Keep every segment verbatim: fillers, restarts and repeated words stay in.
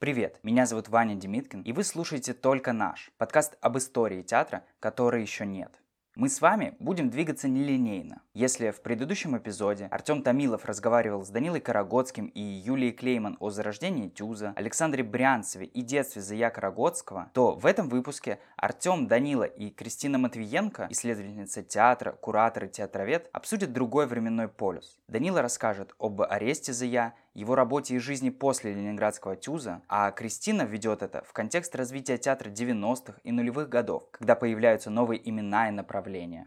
Привет, меня зовут Ваня Демиткин, и вы слушаете «Только наш» подкаст об истории театра, которой еще нет. Мы с вами будем двигаться нелинейно. Если в предыдущем эпизоде Артем Томилов разговаривал с Данилой Карагодским и Юлией Клейман о зарождении Тюза, Александре Брянцеве и детстве Зая Карагодского, то в этом выпуске Артем, Данила и Кристина Матвиенко, исследовательница театра, куратор и театровед, обсудят другой временной полюс. Данила расскажет об аресте Зая, его работе и жизни после Ленинградского Тюза, а Кристина введет это в контекст развития театра девяностых и нулевых годов, когда появляются новые имена и направления.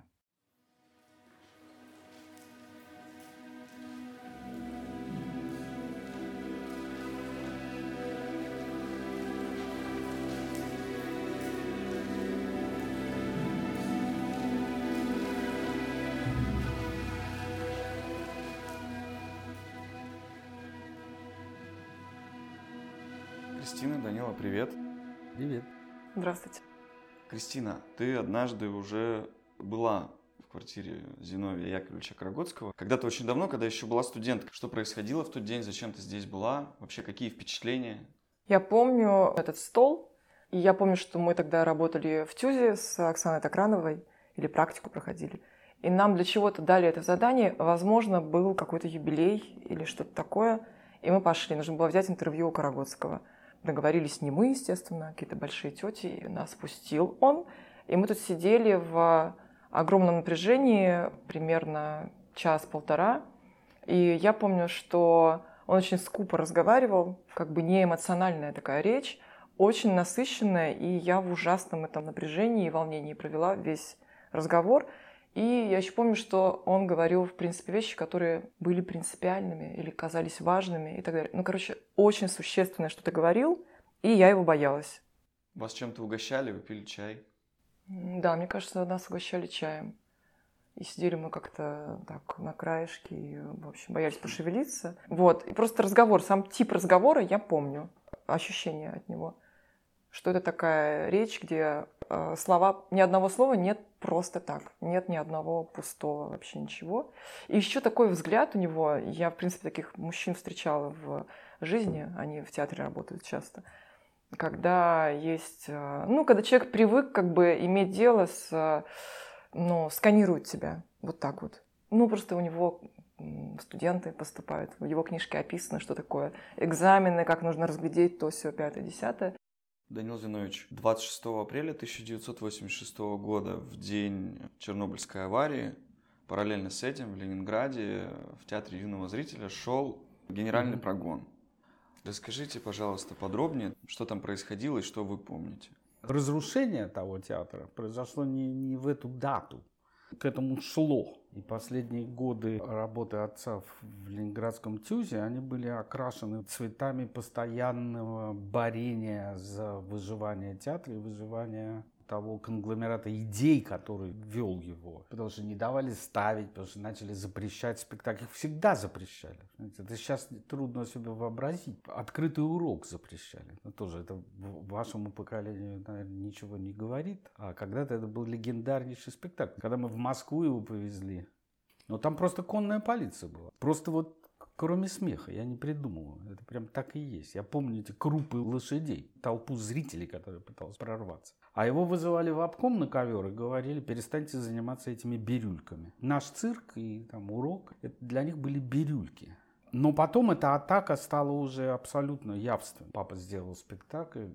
Кристина, Данила, привет. Привет. Здравствуйте. Кристина, ты однажды уже была в квартире Зиновия Яковлевича Карагодского. Когда-то очень давно, когда еще была студенткой. Что происходило в тот день? Зачем ты здесь была? Вообще, какие впечатления? Я помню этот стол, и я помню, что мы тогда работали в ТЮЗе с Оксаной Токрановой, или практику проходили. И нам для чего-то дали это задание. Возможно, был какой-то юбилей или что-то такое. И мы пошли. Нужно было взять интервью у Карагодского. Договорились не мы, естественно, какие-то большие тети, и нас пустил он. И мы тут сидели в огромном напряжении примерно час-полтора. И я помню, что он очень скупо разговаривал, как бы не эмоциональная такая речь, очень насыщенная, и я в ужасном этом напряжении и волнении провела весь разговор. И я еще помню, что он говорил, в принципе, вещи, которые были принципиальными или казались важными и так далее. Ну, короче, очень существенное что-то говорил, и я его боялась. Вас чем-то угощали, вы пили чай? Да, мне кажется, нас угощали чаем. И сидели мы как-то так на краешке, и, в общем, боялись пошевелиться. Вот, и просто разговор, сам тип разговора я помню, ощущение от него. Что это такая речь, где э, слова, ни одного слова нет просто так. Нет ни одного пустого вообще ничего. И еще такой взгляд у него, я, в принципе, таких мужчин встречала в жизни, они в театре работают часто, когда есть, э, ну, когда человек привык как бы иметь дело с, э, ну, сканирует тебя, вот так вот. Ну, просто у него студенты поступают, в его книжке описано, что такое экзамены, как нужно разглядеть то, сё, пятое, десятое. Данил Зинович, двадцать шестого апреля тысяча девятьсот восемьдесят шестого года, в день Чернобыльской аварии, параллельно с этим в Ленинграде в Театре юного зрителя шел генеральный mm-hmm. прогон. Расскажите, пожалуйста, подробнее, что там происходило и что вы помните. Разрушение того театра произошло не, не в эту дату. К этому шло. И последние годы работы отца в Ленинградском Тюзе, они были окрашены цветами постоянного борения за выживание театра и выживание того конгломерата идей, который вел его. Потому что не давали ставить, потому что начали запрещать спектакли. Их всегда запрещали. Это сейчас трудно себе вообразить. Открытый урок запрещали. Но тоже это вашему поколению, наверное, ничего не говорит. А когда-то это был легендарнейший спектакль. Когда мы в Москву его повезли, но там просто конная полиция была. Просто вот кроме смеха, я не придумывал. Это прям так и есть. Я помню эти крупы лошадей, толпу зрителей, которые пытались прорваться. А его вызывали в обком на ковер и говорили: перестаньте заниматься этими бирюльками. Наш цирк и там урок, это для них были бирюльки. Но потом эта атака стала уже абсолютно явственной. Папа сделал спектакль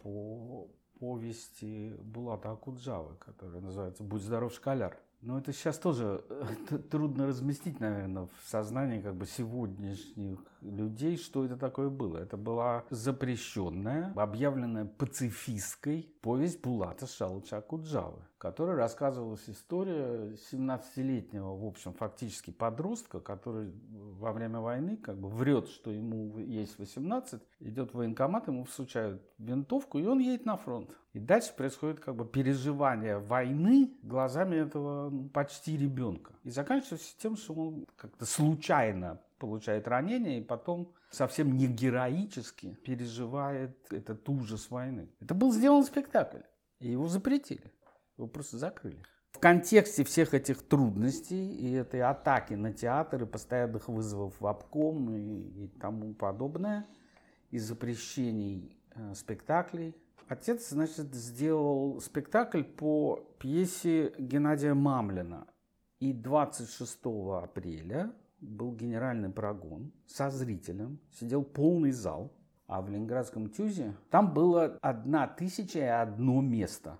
по повести Булата Акуджавы, которая называется «Будь здоров, школяр». Но это сейчас тоже трудно разместить, наверное, в сознании как бы сегодняшних людей, что это такое было. Это была запрещенная, объявленная пацифистской повесть Булата Шалыча Акуджавы, в которой рассказывалась история семнадцатилетнего, в общем, фактически подростка, который во время войны как бы врет, что ему есть восемнадцать, идет в военкомат, ему всучают винтовку, и он едет на фронт. И дальше происходит как бы переживание войны глазами этого ну, почти ребенка. И заканчивается тем, что он как-то случайно получает ранение и потом совсем не героически переживает этот ужас войны. Это был сделан спектакль, и его запретили, его просто закрыли. В контексте всех этих трудностей и этой атаки на театр и постоянных вызовов в обком и, и тому подобное, и запрещений э, спектаклей. Отец, значит, сделал спектакль по пьесе Геннадия Мамлина. И двадцать шестого апреля был генеральный прогон со зрителем. Сидел полный зал. А в Ленинградском ТЮЗе там было одна тысяча и одно место.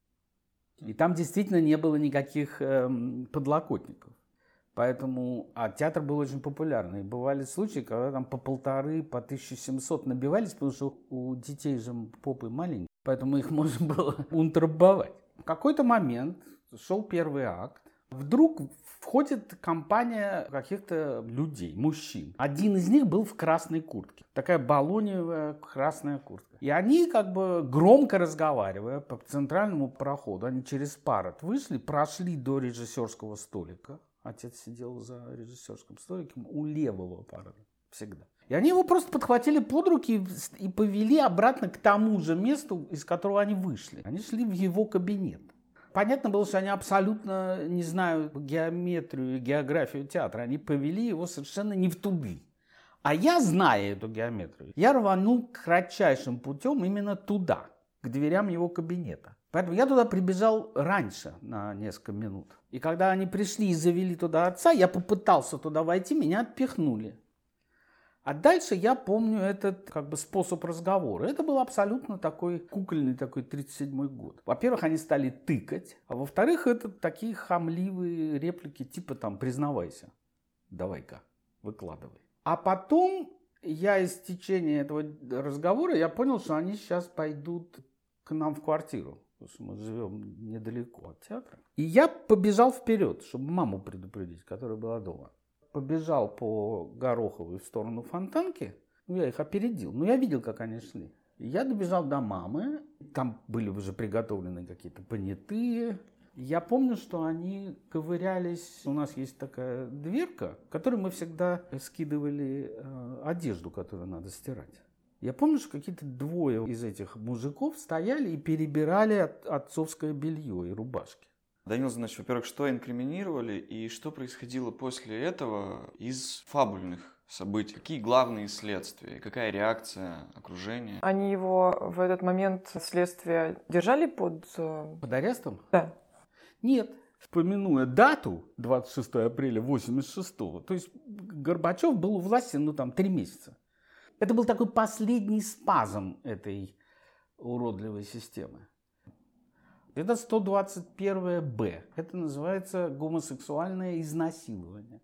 И там действительно не было никаких э, подлокотников. Поэтому, а театр был очень популярный. Бывали случаи, когда там по полторы, по тысяче семьсот набивались, потому что у детей же попы маленькие. Поэтому их можно было унтрамбовать. В какой-то момент шел первый акт. Вдруг входит компания каких-то людей, мужчин. Один из них был в красной куртке. Такая балоневая красная куртка. И они как бы громко разговаривая по центральному проходу, они через парад вышли, прошли до режиссерского столика. Отец сидел за режиссерским столиком у левого парада всегда. И они его просто подхватили под руки и повели обратно к тому же месту, из которого они вышли. Они шли в его кабинет. Понятно было, что они абсолютно не знают геометрию и географию театра. Они повели его совершенно не в туды. А я, зная эту геометрию, я рванул кратчайшим путем именно туда, к дверям его кабинета. Поэтому я туда прибежал раньше на несколько минут. И когда они пришли и завели туда отца, я попытался туда войти, меня отпихнули. А дальше я помню этот как бы способ разговора. Это был абсолютно такой кукольный такой тридцать седьмой год. Во-первых, они стали тыкать, а во-вторых, это такие хамливые реплики типа там «признавайся, давай-ка, выкладывай». А потом я из течения этого разговора я понял, что они сейчас пойдут к нам в квартиру, потому что мы живем недалеко от театра. И я побежал вперед, чтобы маму предупредить, которая была дома. Побежал по Гороховой в сторону Фонтанки, ну, я их опередил, но я видел, как они шли. Я добежал до мамы, там были уже приготовлены какие-то понятые. Я помню, что они ковырялись, у нас есть такая дверка, в которой мы всегда скидывали э, одежду, которую надо стирать. Я помню, что какие-то двое из этих мужиков стояли и перебирали от, отцовское белье и рубашки. Данил Зинович, во-первых, что инкриминировали и что происходило после этого из фабульных событий? Какие главные следствия? Какая реакция окружения? Они его в этот момент следствия держали под... Под арестом? Да. Нет. Вспоминая дату двадцать шестого апреля восемьдесят шестого, то есть Горбачев был у власти, ну там, три месяца. Это был такой последний спазм этой уродливой системы. Это сто двадцать первое Б. Это называется гомосексуальное изнасилование.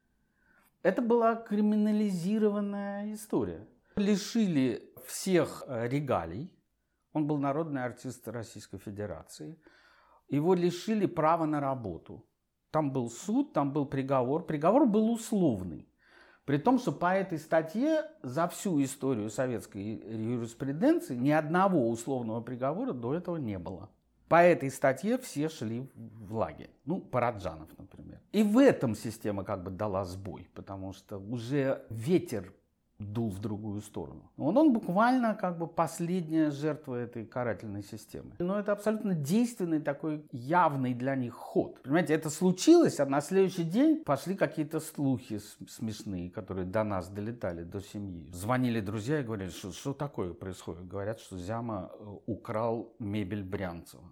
Это была криминализированная история. Лишили всех регалий. Он был народный артист Российской Федерации. Его лишили права на работу. Там был суд, там был приговор. Приговор был условный. При том, что по этой статье за всю историю советской юриспруденции ни одного условного приговора до этого не было. По этой статье все шли в лагерь. Ну, Параджанов, например. И в этом система как бы дала сбой, потому что уже ветер дул в другую сторону. Он, он буквально как бы последняя жертва этой карательной системы. Но это абсолютно действенный такой явный для них ход. Понимаете, это случилось, а на следующий день пошли какие-то слухи смешные, которые до нас долетали, до семьи. Звонили друзья и говорили, что, что такое происходит. Говорят, что Зяма украл мебель Брянцева.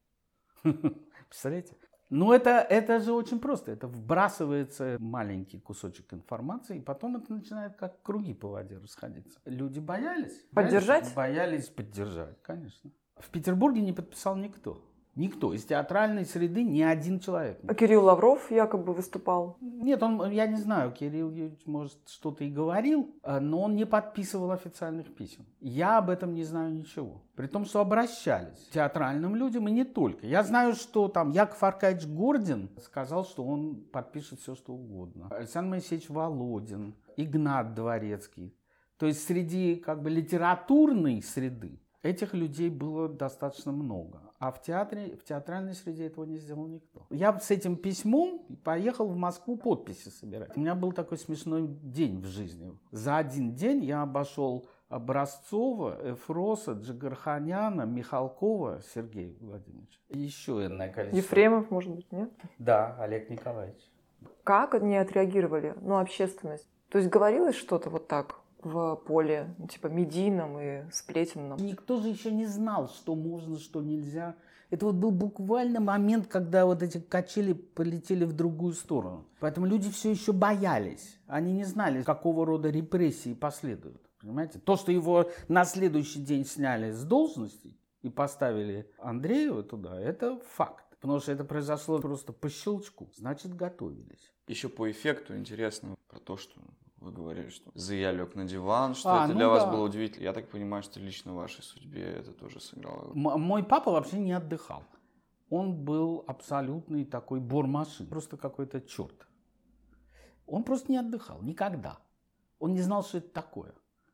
Представляете? Ну, это, это же очень просто. Это вбрасывается маленький кусочек информации, и потом это начинает как круги по воде расходиться. Люди боялись. Поддержать? Боялись поддержать, конечно. В Петербурге не подписал никто. Никто. Из театральной среды ни один человек. А Кирилл Лавров якобы выступал? Нет, он, я не знаю, Кирилл, может, что-то и говорил, но он не подписывал официальных писем. Я об этом не знаю ничего. При том, что обращались к театральным людям и не только. Я знаю, что там Яков Аркадьевич Гордин сказал, что он подпишет все, что угодно. Александр Моисеевич Володин, Игнат Дворецкий. То есть среди как бы литературной среды этих людей было достаточно много. А в театре, в театральной среде этого не сделал никто. Я с этим письмом поехал в Москву подписи собирать. У меня был такой смешной день в жизни. За один день я обошел Образцова, Эфроса, Джигарханяна, Михалкова Сергея Владимировича. И еще иное количество. Ефремов, может быть, нет? Да, Олег Николаевич. Как они отреагировали? Ну, общественность. То есть говорилось что-то вот так? в поле, ну, типа медийном и сплетенном. Никто же еще не знал, что можно, что нельзя. Это вот был буквально момент, когда вот эти качели полетели в другую сторону. Поэтому люди все еще боялись. Они не знали, какого рода репрессии последуют. Понимаете? То, что его на следующий день сняли с должности и поставили Андреева туда, это факт. Потому что это произошло просто по щелчку. Значит, готовились. Еще по эффекту интересно про то, что вы говорили, что «За я лег на диван», что А, это ну для да. вас было удивительно. Я так понимаю, что лично в вашей судьбе это тоже сыграло. М- мой папа вообще не отдыхал. Он был абсолютный такой бормашин. Просто какой-то черт. Он просто не отдыхал. Никогда. Он не знал, что это такое.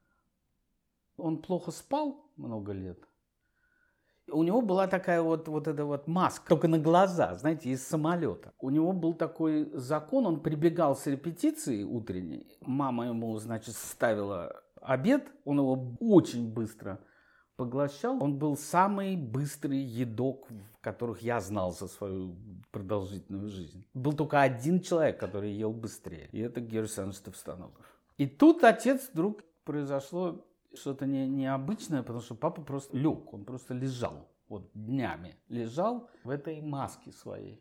Он плохо спал много лет. У него была такая вот, вот эта вот маска, только на глаза, знаете, из самолета. У него был такой закон, он прибегал с репетиции утренней. Мама ему, значит, ставила обед, он его очень быстро поглощал. Он был самый быстрый едок, которых я знал за свою продолжительную жизнь. Был только один человек, который ел быстрее, и это Георгий Александрович Товстоногов. И тут отец вдруг произошло... Что-то не, необычное, потому что папа просто лег, он просто лежал, вот днями лежал в этой маске своей.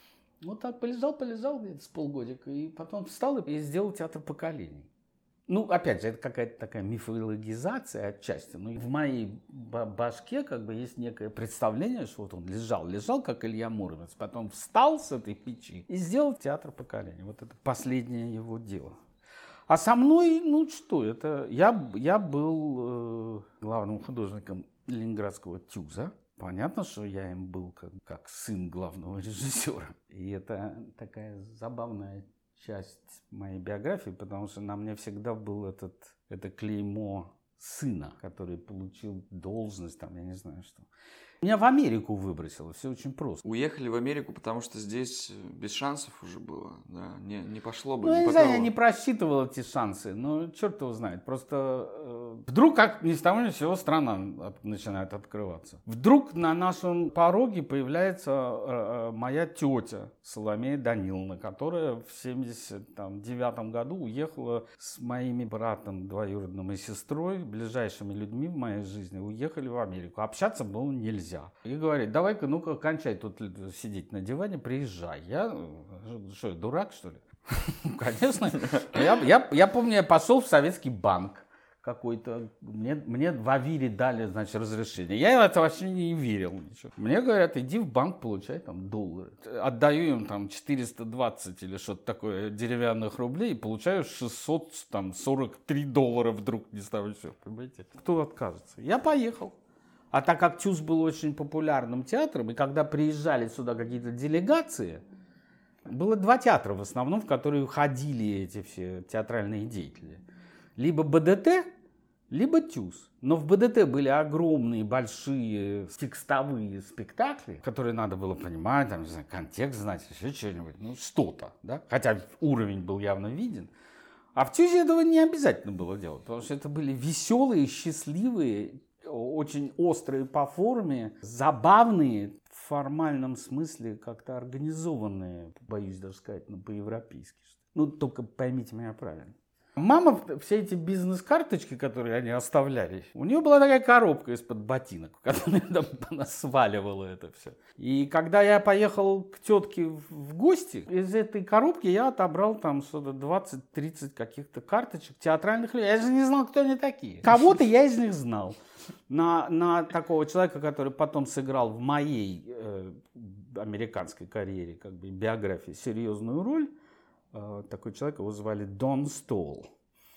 Вот так полежал, полежал где-то с полгодика, и потом встал и сделал театр поколений. Ну, опять же, это какая-то такая мифологизация отчасти, но в моей башке как бы есть некое представление, что вот он лежал, лежал, как Илья Муромец, потом встал с этой печи и сделал театр поколений. Вот это последнее его дело. А со мной, ну что, это я, я был э, главным художником Ленинградского ТЮЗа. Понятно, что я им был как, как сын главного режиссера. И это такая забавная часть моей биографии, потому что на мне всегда был этот, это клеймо сына, который получил должность, там, я не знаю что. Меня в Америку выбросило, все очень просто. Уехали в Америку, потому что здесь без шансов уже было, да, не, не пошло бы, Ну, не я не знаю, я поперло. не просчитывал эти шансы, но черт его знает. Просто э, вдруг, как ни с того ни с сего, страна от- начинает открываться. Вдруг на нашем пороге появляется э, э, моя тетя Соломея Даниловна, которая в семьдесят девятом году уехала с моими братом двоюродным и сестрой, ближайшими людьми в моей жизни, уехали в Америку. Общаться было нельзя. И говорит, давай-ка, ну-ка, кончай тут сидеть на диване, приезжай. Я, что, дурак, что ли? Конечно. Я, я, я помню, я пошел в советский банк какой-то. Мне, мне в Авире дали, значит, разрешение. Я в это вообще не верил. Ничего. Мне говорят, иди в банк, получай там доллары. Отдаю им там четыреста двадцать или что-то такое деревянных рублей и получаю шестьсот сорок три доллара вдруг. Не знаю, что, понимаете? Кто откажется? Я поехал. А так как ТЮЗ был очень популярным театром, и когда приезжали сюда какие-то делегации, было два театра в основном, в которые ходили эти все театральные деятели. Либо БДТ, либо ТЮЗ. Но в БДТ были огромные, большие текстовые спектакли, которые надо было понимать, там, не знаю, контекст знать, еще что-нибудь, ну что-то, да? Хотя уровень был явно виден. А в ТЮЗе этого не обязательно было делать, потому что это были веселые, счастливые, очень острые по форме, забавные, в формальном смысле как-то организованные, боюсь даже сказать, ну, по-европейски. Ну, только поймите меня правильно. Мама, все эти бизнес-карточки, которые они оставляли, у нее была такая коробка из-под ботинок, в которой она сваливала это все. И когда я поехал к тетке в гости, из этой коробки я отобрал там что-то двадцать-тридцать каких-то карточек театральных людей. Я же не знал, кто они такие. Кого-то я из них знал. На, на такого человека, который потом сыграл в моей э, американской карьере, как бы биографии, серьезную роль, такой человек, его звали Дон Стол.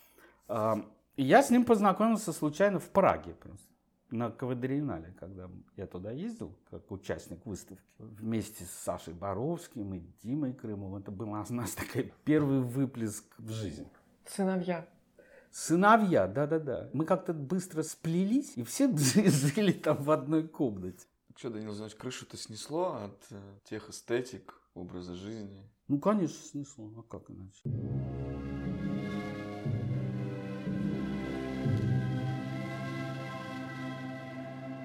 И я с ним познакомился случайно в Праге, просто, на Квадриеннале, когда я туда ездил, как участник выставки, вместе с Сашей Боровским и Димой Крымовым. Это был у нас такой первый выплеск в жизнь. Сыновья. Сыновья, да-да-да. Мы как-то быстро сплелись, и все жили там в одной комнате. Что, Данил Зинович, крышу-то снесло от э, тех эстетик, образа жизни? Ну, конечно, снесло. А как иначе?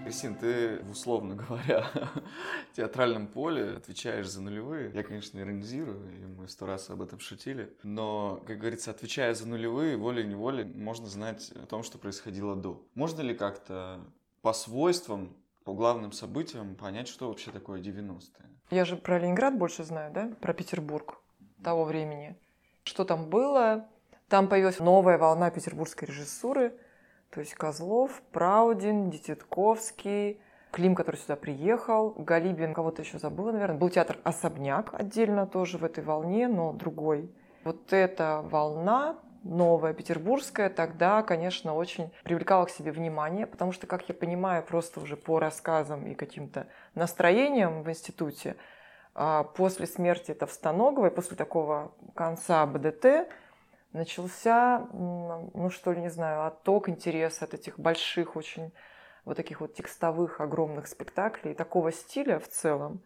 Кристин, ты, условно говоря, в театральном поле отвечаешь за нулевые. Я, конечно, иронизирую, и мы сто раз об этом шутили. Но, как говорится, отвечая за нулевые, волей-неволей можно знать о том, что происходило до. Можно ли как-то по свойствам, по главным событиям понять, что вообще такое девяностые? Я же про Ленинград больше знаю, да? Про Петербург того времени. Что там было? Там появилась новая волна петербургской режиссуры. То есть Козлов, Праудин, Дитятковский, Клим, который сюда приехал, Галибин, кого-то еще забыла, наверное. Был театр «Особняк» отдельно тоже в этой волне, но другой. Вот эта волна, новая, петербургская, тогда, конечно, очень привлекала к себе внимание, потому что, как я понимаю, просто уже по рассказам и каким-то настроениям в институте, после смерти Товстоноговой, после такого конца БДТ, начался, ну что ли, не знаю, отток интереса от этих больших очень вот таких вот текстовых огромных спектаклей, такого стиля в целом.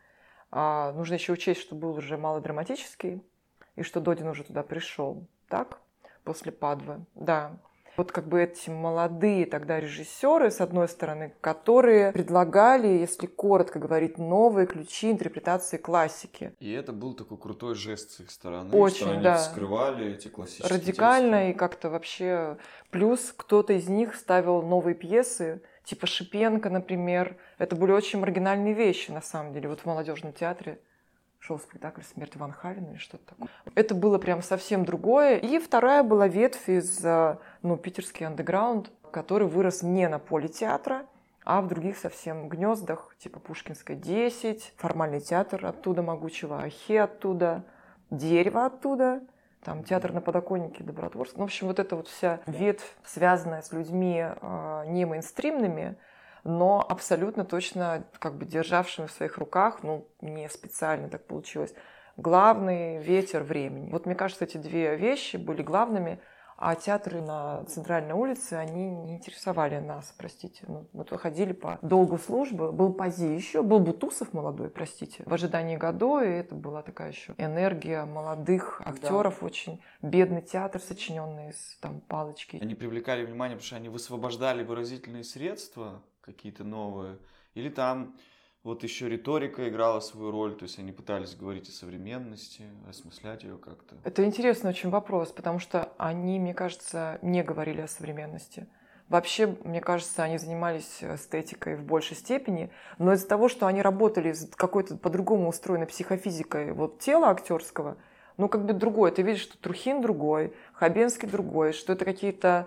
А нужно еще учесть, что был уже малодраматический, и что Додин уже туда пришел, так, после Падвы, да. Вот как бы эти молодые тогда режиссеры, с одной стороны, которые предлагали, если коротко говорить, новые ключи интерпретации классики. И это был такой крутой жест с их стороны, Очень, что они да. вскрывали эти классические Радикально тексты. И как-то вообще... Плюс кто-то из них ставил новые пьесы, типа Шипенко, например. Это были очень маргинальные вещи, на самом деле. Вот в молодежном театре шел спектакль «Смерть Ван Хавена» или что-то такое. Это было прям совсем другое. И вторая была ветвь из, ну, питерский андеграунд, который вырос не на поле театра, а в других совсем гнездах, типа Пушкинская десять, формальный театр оттуда могучего, Ахе оттуда, Дерево оттуда, там театр на подоконнике Добротворск. Ну, в общем, вот эта вот вся ветвь, связанная с людьми э, не мейнстримными, но абсолютно точно как бы державшими в своих руках, ну, не специально так получилось, главный ветер времени. Вот мне кажется, эти две вещи были главными, а театры на центральной улице, они не интересовали нас, простите. Ну, вот выходили по долгу службы, был Пази еще, был Бутусов молодой, простите, в ожидании Годо, и это была такая еще энергия молодых актеров, да. Очень бедный театр, сочиненный из там палочки. Они привлекали внимание, потому что они высвобождали выразительные средства, какие-то новые, или там вот еще риторика играла свою роль, то есть они пытались говорить о современности, осмыслять ее как-то. Это интересный очень вопрос, потому что они, мне кажется, не говорили о современности. Вообще, мне кажется, они занимались эстетикой в большей степени, но из-за того, что они работали с какой-то по-другому устроенной психофизикой вот тела актерского, ну как бы другое. Ты видишь, что Трухин другой, Хабенский другой, что это какие-то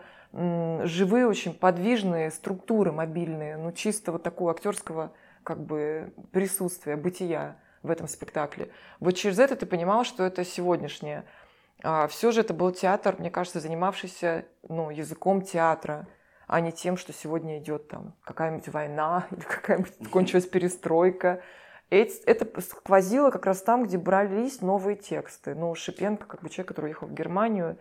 живые, очень подвижные структуры мобильные, ну чисто вот такого актерского как бы присутствия, бытия в этом спектакле. Вот через это ты понимал, что это сегодняшнее. А все же это был театр, мне кажется, занимавшийся, ну, языком театра, а не тем, что сегодня идет там какая-нибудь война или какая-нибудь кончилась перестройка. Это сквозило как раз там, где брались новые тексты. Ну, Шипенко, как бы человек, который уехал в Германию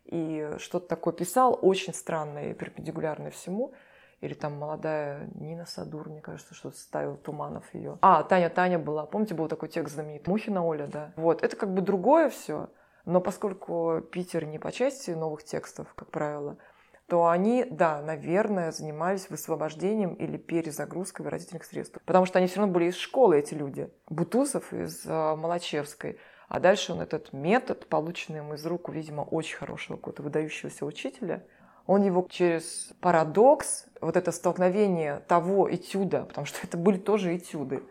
и что-то такое писал, очень странное и перпендикулярное всему. Или там молодая Нина Садур, мне кажется, что-то ставил Туманов ее. А, Таня Таня была. Помните, был такой текст знаменитый? Мухина Оля, да. Вот, это как бы другое все. Но поскольку Питер не по части новых текстов, как правило, то они, да, наверное, занимались высвобождением или перезагрузкой выразительных средств. Потому что они все равно были из школы, эти люди. Бутусов из э, Молочевской. А дальше он этот метод, полученный ему из рук, видимо, очень хорошего какого-то выдающегося учителя, он его через парадокс, вот это столкновение того этюда, потому что это были тоже этюды,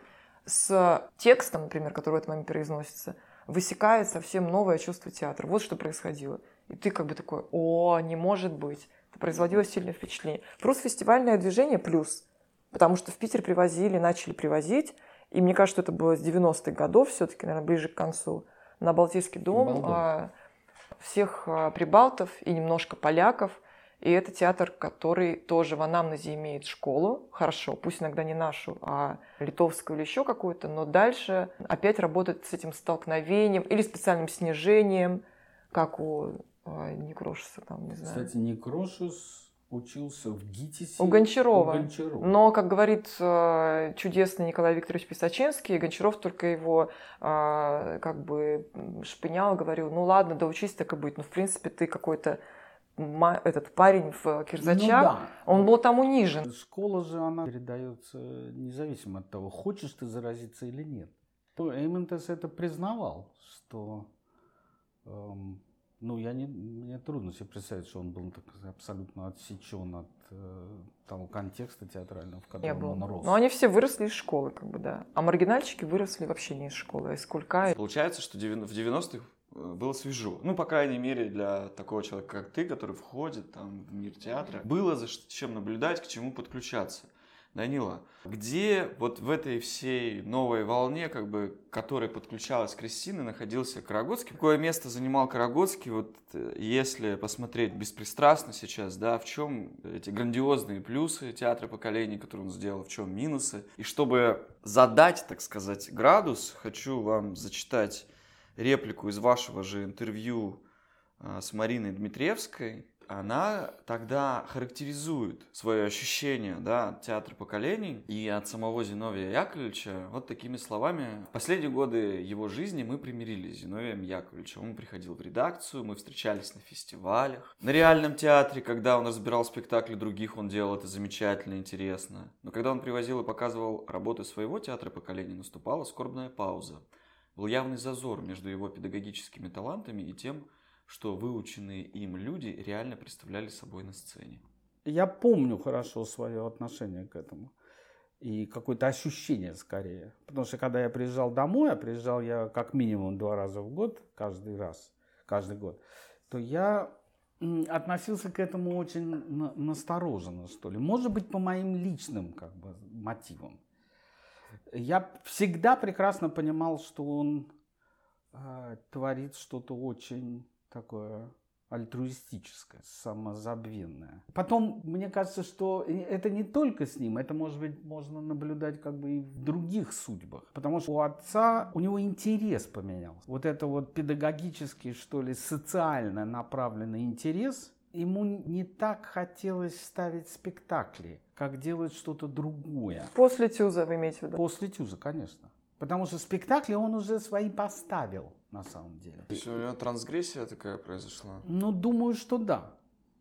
с текстом, например, который в этот момент произносится, высекает совсем новое чувство театра. Вот что происходило. И ты как бы такой: о, не может быть. Это производило сильное впечатление. Плюс фестивальное движение плюс. Потому что в Питер привозили, начали привозить. И мне кажется, что это было с девяностых годов, все-таки, наверное, ближе к концу, на Балтийский дом а, всех а, прибалтов и немножко поляков. И это театр, который тоже в анамнезе имеет школу, хорошо, пусть иногда не нашу, а литовскую или еще какую-то, но дальше опять работает с этим столкновением или специальным снижением, как у э, Некрошеса, там, не знаю. Кстати, Некрошес учился в ГИТИСе. У Гончарова. У Гончарова. Но, как говорит э, чудесный Николай Викторович Писаченский, Гончаров только его э, как бы шпынял, говорил: ну ладно, да учись так и быть, ну в принципе ты какой-то этот парень в Кирзачах, Ну, да. он был там унижен. Школа же, она передается независимо от того, хочешь ты заразиться или нет. То Эймонтес это признавал, что, эм, ну, я не, мне трудно себе представить, что он был так абсолютно отсечен от э, того контекста театрального, в котором он рос. Но они все выросли из школы, как бы, да. А маргинальщики выросли вообще не из школы, а из кулька. Получается, что в девяностых было свежо. Ну, по крайней мере, для такого человека, как ты, который входит там, в мир театра. Было за чем наблюдать, к чему подключаться. Данила, где вот в этой всей новой волне, как бы, к которой подключалась Кристина, находился Карагодский? Какое место занимал Карагодский, вот если посмотреть беспристрастно сейчас, да, в чем эти грандиозные плюсы театра поколений, которые он сделал, в чем минусы? И чтобы задать, так сказать, градус, хочу вам зачитать реплику из вашего же интервью с Мариной Дмитриевской. Она тогда характеризует свое ощущение, да, от театра поколений и от самого Зиновия Яковлевича вот такими словами. В последние годы его жизни мы примирились с Зиновием Яковлевичем. Он приходил в редакцию, мы встречались на фестивалях. На реальном театре, когда он разбирал спектакли других, он делал это замечательно, интересно. Но когда он привозил и показывал работы своего театра поколений, наступала скорбная пауза. Был явный зазор между его педагогическими талантами и тем, что выученные им люди реально представляли собой на сцене. Я помню хорошо свое отношение к этому. И какое-то ощущение скорее. Потому что когда я приезжал домой, а приезжал я как минимум два раза в год, каждый раз, каждый год, то я относился к этому очень настороженно, что ли. Может быть, по моим личным как бы мотивам. Я всегда прекрасно понимал, что он э, творит что-то очень такое альтруистическое, самозабвенное. Потом, мне кажется, что это не только с ним, это, может быть, можно наблюдать как бы и в других судьбах. Потому что у отца, у него интерес поменялся. Вот это вот педагогический, что ли, социально направленный интерес, ему не так хотелось ставить спектакли, как делать что-то другое. После Тюза вы имеете в виду? После Тюза, конечно. Потому что спектакли он уже свои поставил, на самом деле. То есть у него трансгрессия такая произошла? Ну, думаю, что да.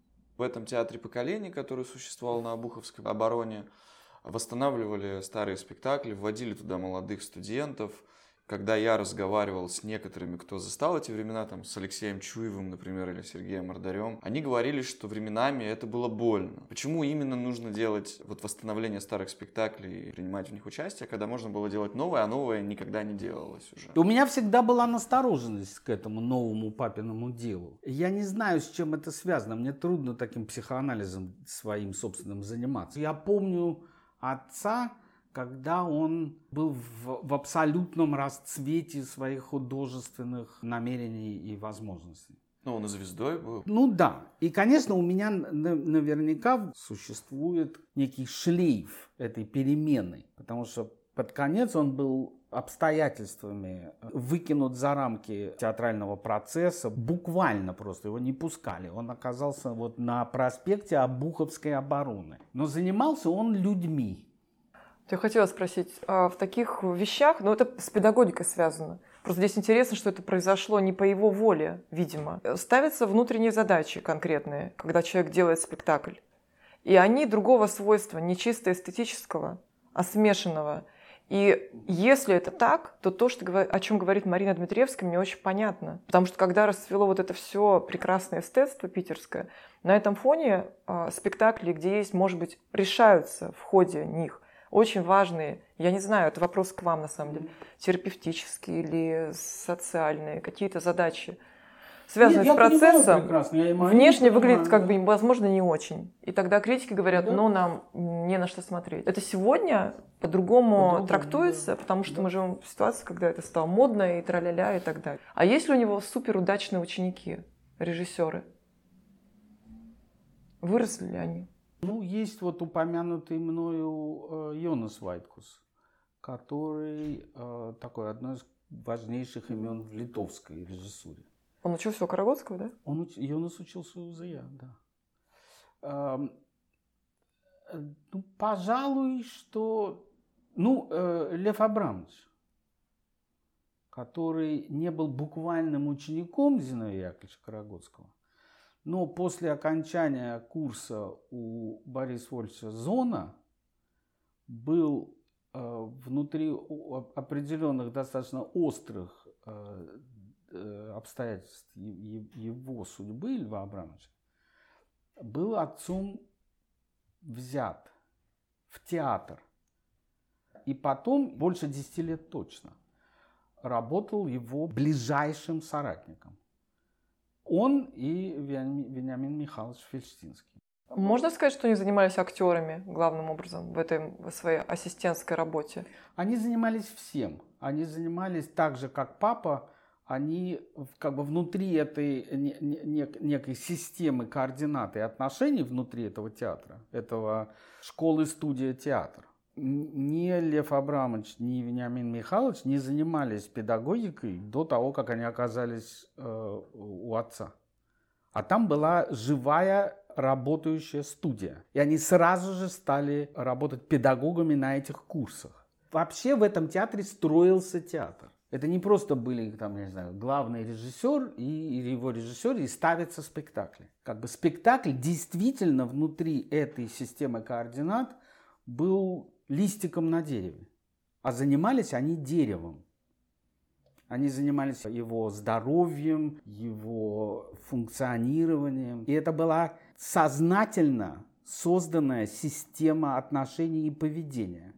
В этом театре поколений, который существовал на Обуховской обороне, восстанавливали старые спектакли, вводили туда молодых студентов. Когда я разговаривал с некоторыми, кто застал эти времена, там, с Алексеем Чуевым, например, или Сергеем Мордарем, они говорили, что временами это было больно. Почему именно нужно делать вот восстановление старых спектаклей и принимать в них участие, когда можно было делать новое, а новое никогда не делалось уже? У меня всегда была настороженность к этому новому папиному делу. Я не знаю, с чем это связано. Мне трудно таким психоанализом своим собственным заниматься. Я помню отца, когда он был в, в абсолютном расцвете своих художественных намерений и возможностей. Ну, он и звездой был. Ну да. И, конечно, у меня наверняка существует некий шлейф этой перемены. Потому что под конец он был обстоятельствами выкинут за рамки театрального процесса. Буквально просто его не пускали. Он оказался вот на проспекте Обуховской обороны. Но занимался он людьми. Я хотела спросить, а в таких вещах, ну это с педагогикой связано, просто здесь интересно, что это произошло не по его воле, видимо. Ставятся внутренние задачи конкретные, когда человек делает спектакль. И они другого свойства, не чисто эстетического, а смешанного. И если это так, то то, что, о чем говорит Марина Дмитриевская, мне очень понятно. Потому что когда расцвело вот это все прекрасное эстетство питерское, на этом фоне а, спектакли, где есть, может быть, решаются в ходе них очень важные, я не знаю, это вопрос к вам на самом деле, терапевтические или социальные какие-то задачи, связанные Нет, с процессом, внешне выглядит как бы, возможно, не очень. И тогда критики говорят, да. ну, нам не на что смотреть. Это сегодня по-другому, по-другому трактуется, да. потому что да. мы живем в ситуации, когда это стало модно и тра-ля-ля и так далее. А есть ли у него суперудачные ученики, режиссеры? Выросли ли они? Ну, есть вот упомянутый мною э, Йонас Вайткус, который э, такой одно из важнейших имен в литовской режиссуре. Он учился у Карагодского, да? Он уч... Йонас учился у УЗЯ, да. Э, ну, пожалуй, что... Ну, э, Лев Абрамович, который не был буквальным учеником Зиновия Яковлевича Карагодского, Но после окончания курса у Бориса Вольфовича «Зона» был э, внутри определенных достаточно острых э, э, обстоятельств его судьбы, Льва Абрамовича, был отцом взят в театр. И потом, больше десяти лет точно, работал его ближайшим соратником. Он и Вениамин Михайлович Фельштинский. Можно сказать, что они занимались актерами главным образом в этой в своей ассистентской работе? Они занимались всем. Они занимались так же, как папа. Они как бы внутри этой некой системы координат и отношений внутри этого театра, этого школы-студия театр. Ни Лев Абрамович, ни Вениамин Михайлович не занимались педагогикой до того, как они оказались э, у отца. А там была живая работающая студия. И они сразу же стали работать педагогами на этих курсах. Вообще в этом театре строился театр. Это не просто были, там, я не знаю, главный режиссер и его режиссер, и ставятся спектакли. Как бы спектакль действительно внутри этой системы координат был листиком на дереве. А занимались они деревом. Они занимались его здоровьем, его функционированием. И это была сознательно созданная система отношений и поведения.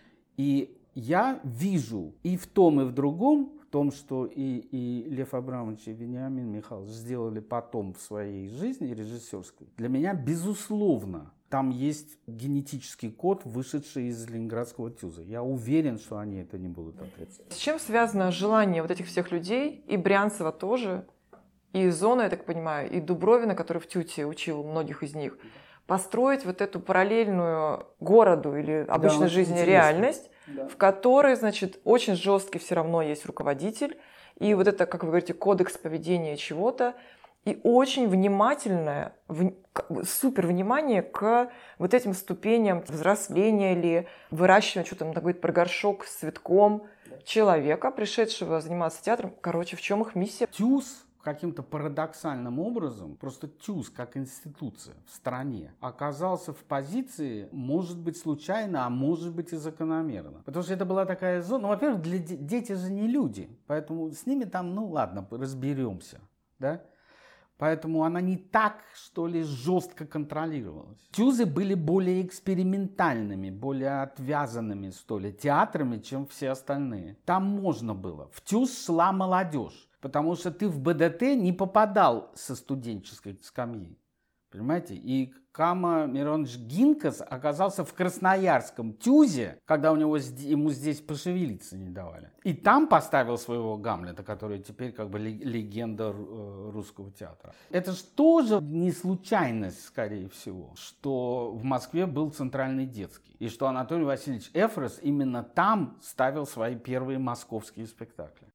И я вижу и в том, и в другом, в том, что и, и Лев Абрамович, и Вениамин Михайлович сделали потом в своей жизни режиссерской, для меня, безусловно, там есть генетический код, вышедший из Ленинградского ТЮЗа. Я уверен, что они это не будут отрицать. С чем связано желание вот этих всех людей, и Брянцева тоже, и Зона, я так понимаю, и Дубровина, который в ТЮТе учил многих из них, построить вот эту параллельную городу или обычной да, жизни интересно. Реальность, да. В которой, значит, очень жесткий все равно есть руководитель, и вот это, как вы говорите, кодекс поведения чего-то, и очень внимательное, в, супер внимание к вот этим ступеням взросления или выращивания, что там говорит про горшок с цветком человека, пришедшего заниматься театром. Короче, в чем их миссия? ТЮЗ каким-то парадоксальным образом, просто ТЮЗ как институция в стране оказался в позиции, может быть, случайно, а может быть и закономерно. Потому что это была такая зона, ну, во-первых, для де- дети же не люди, поэтому с ними там, ну ладно, разберемся, да? Поэтому она не так, что ли, жестко контролировалась. ТЮЗы были более экспериментальными, более отвязанными, что ли, театрами, чем все остальные. Там можно было. В ТЮЗ шла молодежь, потому что ты в БДТ не попадал со студенческой скамьи. Понимаете? И Кама Миронович Гинкас оказался в Красноярском ТЮЗе, когда у него, ему здесь пошевелиться не давали. И там поставил своего Гамлета, который теперь как бы легенда русского театра. Это же тоже не случайность, скорее всего, что в Москве был Центральный детский. И что Анатолий Васильевич Эфрос именно там ставил свои первые московские спектакли.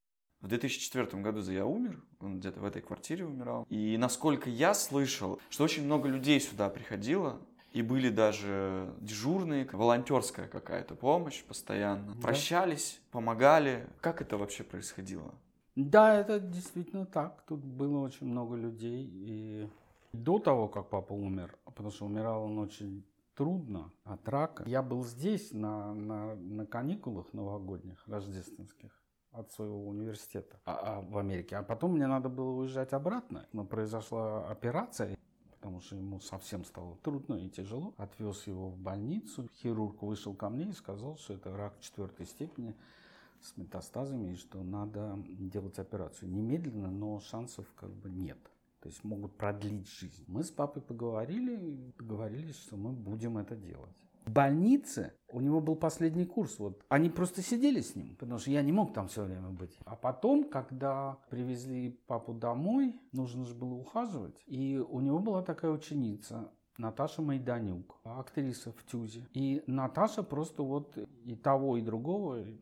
В две тысячи четвёртом году Зая умер, он где-то в этой квартире умирал. И насколько я слышал, что очень много людей сюда приходило, и были даже дежурные, волонтерская какая-то помощь постоянно. Да. Прощались, помогали. Как это вообще происходило? Да, это действительно так. Тут было очень много людей. И до того, как папа умер, потому что умирал он очень трудно от рака, я был здесь на, на, на каникулах новогодних, рождественских, от своего университета а, а, в Америке. А потом мне надо было уезжать обратно. Но произошла операция, потому что ему совсем стало трудно и тяжело. Отвез его в больницу. Хирург вышел ко мне и сказал, что это рак четвертой степени с метастазами, и что надо делать операцию немедленно, но шансов как бы нет. То есть могут продлить жизнь. Мы с папой поговорили и договорились, что мы будем это делать. В больнице у него был последний курс. Вот. Они просто сидели с ним, потому что я не мог там все время быть. А потом, когда привезли папу домой, нужно же было ухаживать. И у него была такая ученица, Наташа Майданюк, актриса в ТЮЗе. И Наташа просто вот и того, и другого, и,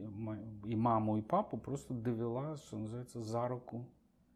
и маму, и папу просто довела, что называется, за руку.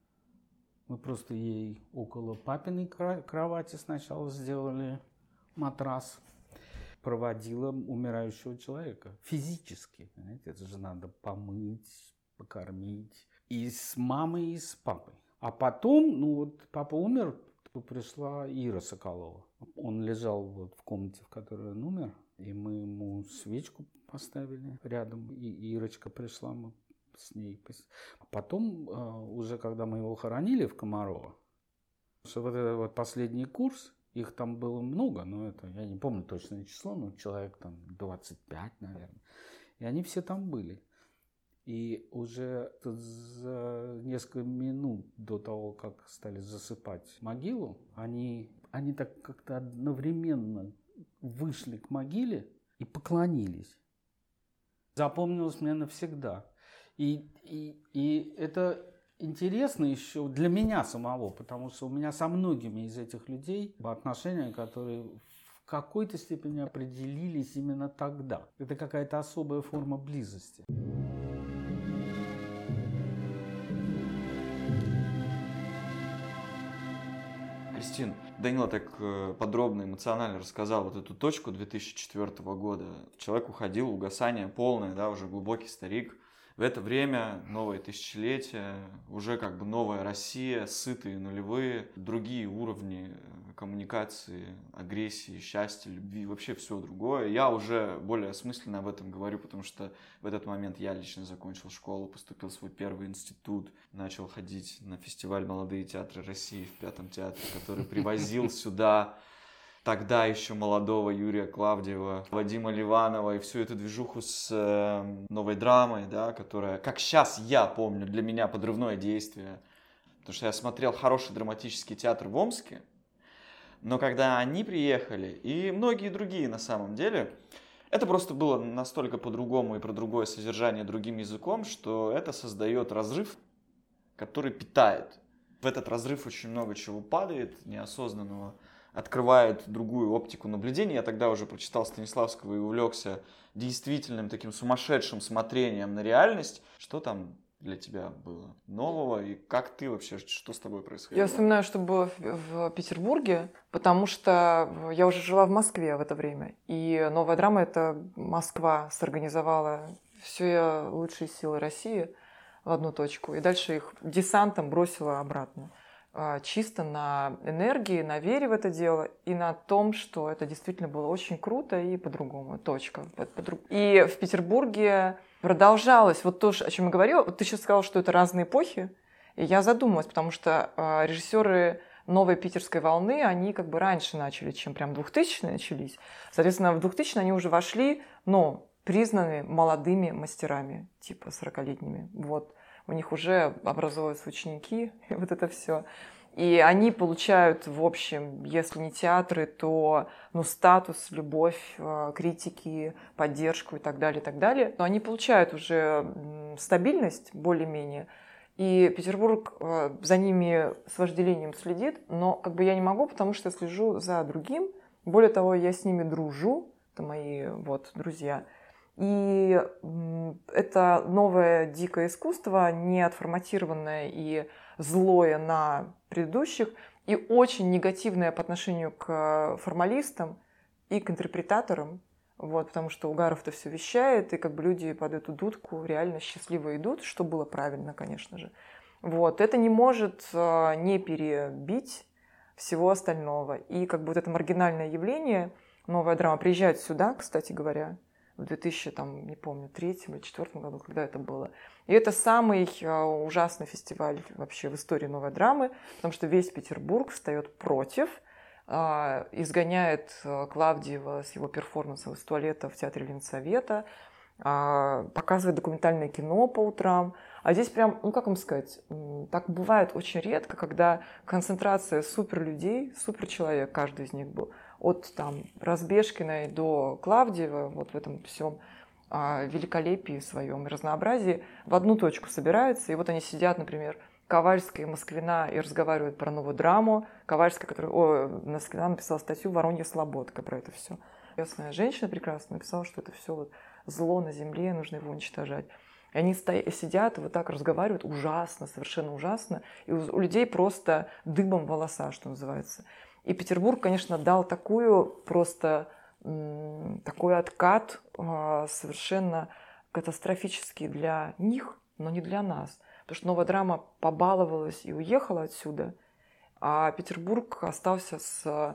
Мы просто ей около папиной кровати сначала сделали матрас. Проводила умирающего человека физически. Понимаете? Это же надо помыть, покормить. И с мамой, и с папой. А потом, ну вот папа умер, пришла Ира Соколова. Он лежал вот в комнате, в которой он умер, и мы ему свечку поставили рядом, и Ирочка пришла, мы с ней. А потом, уже когда мы его хоронили в Комарово, что вот этот вот последний курс, их там было много, но это, я не помню точное число, но человек там двадцать пять, наверное. И они все там были. И уже за несколько минут до того, как стали засыпать могилу, они, они так как-то одновременно вышли к могиле и поклонились. Запомнилось мне навсегда. И, и, и это интересно еще для меня самого, потому что у меня со многими из этих людей отношения, которые в какой-то степени определились именно тогда. Это какая-то особая форма близости. Кристин, Данила так подробно, эмоционально рассказал вот эту точку две тысячи четвёртого года. Человек уходил, угасание полное, да, уже глубокий старик. В это время новое тысячелетие, уже как бы новая Россия, сытые нулевые, другие уровни коммуникации, агрессии, счастья, любви, вообще все другое. Я уже более осмысленно об этом говорю, потому что в этот момент я лично закончил школу, поступил в свой первый институт, начал ходить на фестиваль «Молодые театры России» в Пятом театре, который привозил сюда тогда еще молодого Юрия Клавдиева, Вадима Ливанова и всю эту движуху с э, новой драмой, да, которая, как сейчас я помню, для меня подрывное действие. Потому что я смотрел хороший драматический театр в Омске, но когда они приехали, и многие другие на самом деле, это просто было настолько по-другому и про другое содержание другим языком, что это создает разрыв, который питает. В этот разрыв очень много чего падает, неосознанного, открывает другую оптику наблюдения. Я тогда уже прочитал Станиславского и увлекся действительным таким сумасшедшим смотрением на реальность. Что там для тебя было нового и как ты вообще, что с тобой происходило? Я вспоминаю, что было в, в Петербурге, потому что я уже жила в Москве в это время. И новая драма — это Москва сорганизовала все лучшие силы России в одну точку. И дальше их десантом бросила обратно. Чисто на энергии, на вере в это дело и на том, что это действительно было очень круто и по-другому. Точка. И в Петербурге продолжалось вот то, о чем я говорила. Вот ты сейчас сказала, что это разные эпохи. И я задумалась, потому что режиссеры новой питерской волны, они как бы раньше начали, чем прям двухтысячные начались. Соответственно, в двухтысячные они уже вошли, но признаны молодыми мастерами, типа сорокалетними. Вот. У них уже образовываются ученики, и вот это все. И они получают, в общем, если не театры, то ну, статус, любовь, критики, поддержку и так далее, и так далее. Но они получают уже стабильность более-менее. И Петербург за ними с вожделением следит, но как бы я не могу, потому что я слежу за другим. Более того, я с ними дружу, это мои вот друзья. И это новое дикое искусство, не отформатированное и злое на предыдущих, и очень негативное по отношению к формалистам и к интерпретаторам, вот, потому что Угаров-то все вещает, и как бы люди под эту дудку реально счастливо идут, что было правильно, конечно же. Вот, это не может не перебить всего остального. И как бы вот это маргинальное явление, новая драма, приезжает сюда, кстати говоря, в две тысячи, там, не помню, третьем или четвёртом году, когда это было. И это самый ужасный фестиваль вообще в истории новой драмы, потому что весь Петербург встает против, изгоняет Клавдиева с его перформансом из туалета в театре Ленсовета, показывает документальное кино по утрам. А здесь прям, ну как вам сказать, так бывает очень редко, когда концентрация суперлюдей, суперчеловек, каждый из них был, от там Разбежкиной до Клавдиева, вот в этом всем великолепии своем, разнообразии, в одну точку собираются. И вот они сидят, например, Ковальская и Москвина и разговаривают про новую драму. Ковальская, которая, о, Москвина написала статью «Воронья Слободка» про это все. Ясная женщина прекрасно написала, что это все вот зло на земле, нужно его уничтожать. И они стоят, сидят и вот так разговаривают ужасно, совершенно ужасно. И у, у людей просто дыбом волоса, что называется. И Петербург, конечно, дал такую просто м, такой откат э, совершенно катастрофический для них, но не для нас. Потому что новая драма побаловалась и уехала отсюда, а Петербург остался с...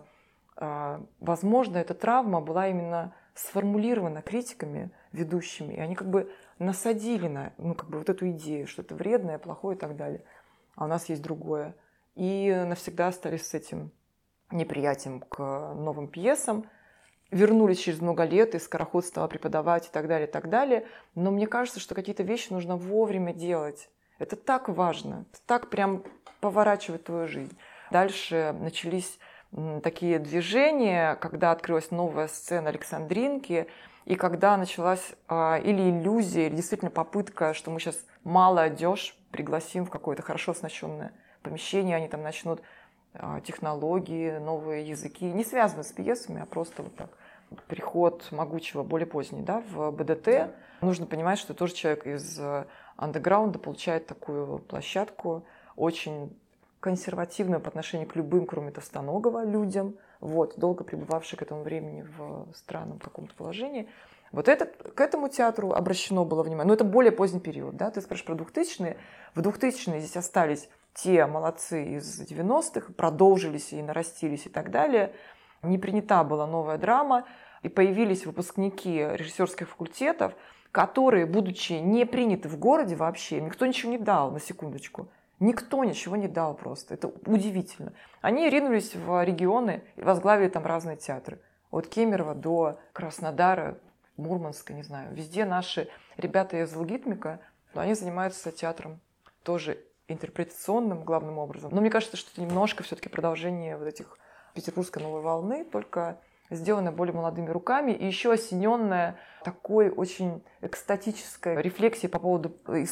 Возможно, эта травма была именно сформулирована критиками ведущими, и они как бы насадили на ну, как бы вот эту идею, что это вредное, плохое и так далее. А у нас есть другое. И навсегда остались с этим неприятием к новым пьесам. Вернулись через много лет, и Скороход стала преподавать и так далее, и так далее. Но мне кажется, что какие-то вещи нужно вовремя делать. Это так важно, это так прям поворачивает твою жизнь. Дальше начались такие движения, когда открылась новая сцена Александринки, и когда началась а, или иллюзия, или действительно попытка, что мы сейчас молодежь пригласим в какое-то хорошо оснащенное помещение, они там начнут а, технологии, новые языки, не связанные с пьесами, а просто вот так. Приход Могучего, более поздний, да, в БДТ. Нужно понимать, что тоже человек из андеграунда получает такую площадку, очень консервативную по отношению к любым, кроме Товстоногова, людям, вот, долго пребывавший к этому времени в странном каком-то положении. Вот это, к этому театру обращено было внимание. Но это более поздний период, да, ты спрашиваешь про двухтысячные. В двухтысячные здесь остались те молодцы из девяностых, продолжились и нарастились и так далее. Не принята была новая драма, и появились выпускники режиссерских факультетов, которые, будучи не приняты в городе вообще, никто ничего не дал, на секундочку, никто ничего не дал просто. Это удивительно. Они ринулись в регионы и возглавили там разные театры. От Кемерово до Краснодара, Мурманска, не знаю. Везде наши ребята из Логитмика, но они занимаются театром тоже интерпретационным главным образом. Но мне кажется, что это немножко все-таки продолжение вот этих петербургской новой волны, только сделанная более молодыми руками и еще осененная такой очень экстатической рефлексией по поводу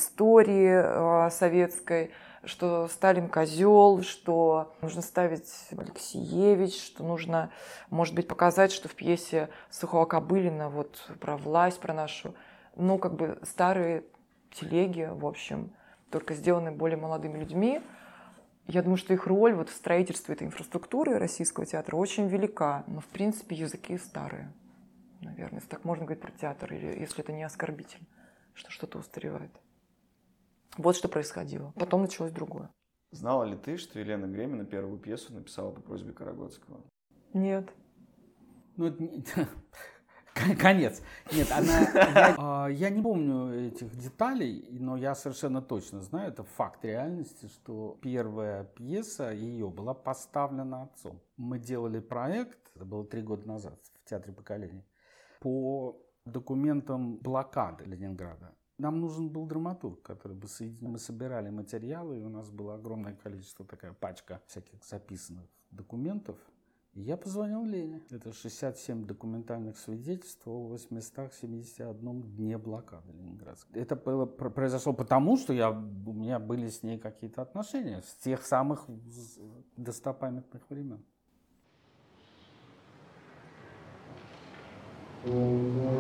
истории советской, что Сталин козел, что нужно ставить Алексеевич, что нужно, может быть, показать, что в пьесе Сухого Кобылина вот про власть, про нашу, ну, как бы старые телеги, в общем, только сделаны более молодыми людьми. Я думаю, что их роль вот в строительстве этой инфраструктуры российского театра очень велика. Но, в принципе, языки старые, наверное, если так можно говорить про театр, или если это не оскорбительно, что что-то устаревает. Вот что происходило. Потом началось другое. Знала ли ты, что Елена Гремина первую пьесу написала по просьбе Карагодского? Нет. Ну, конец. Нет, она... Я, я не помню этих деталей, но я совершенно точно знаю, это факт реальности, что первая пьеса ее была поставлена отцом. Мы делали проект, это было три года назад, в Театре поколений, по документам блокады Ленинграда. Нам нужен был драматург, который бы соединил. Мы собирали материалы, и у нас было огромное количество, такая пачка всяких записанных документов. И я позвонил Лене. Это шестьдесят семь документальных свидетельств о восемьстах семидесяти одном дне блокады Ленинградской. Это было, произошло потому, что я, у меня были с ней какие-то отношения с тех самых достопамятных времен.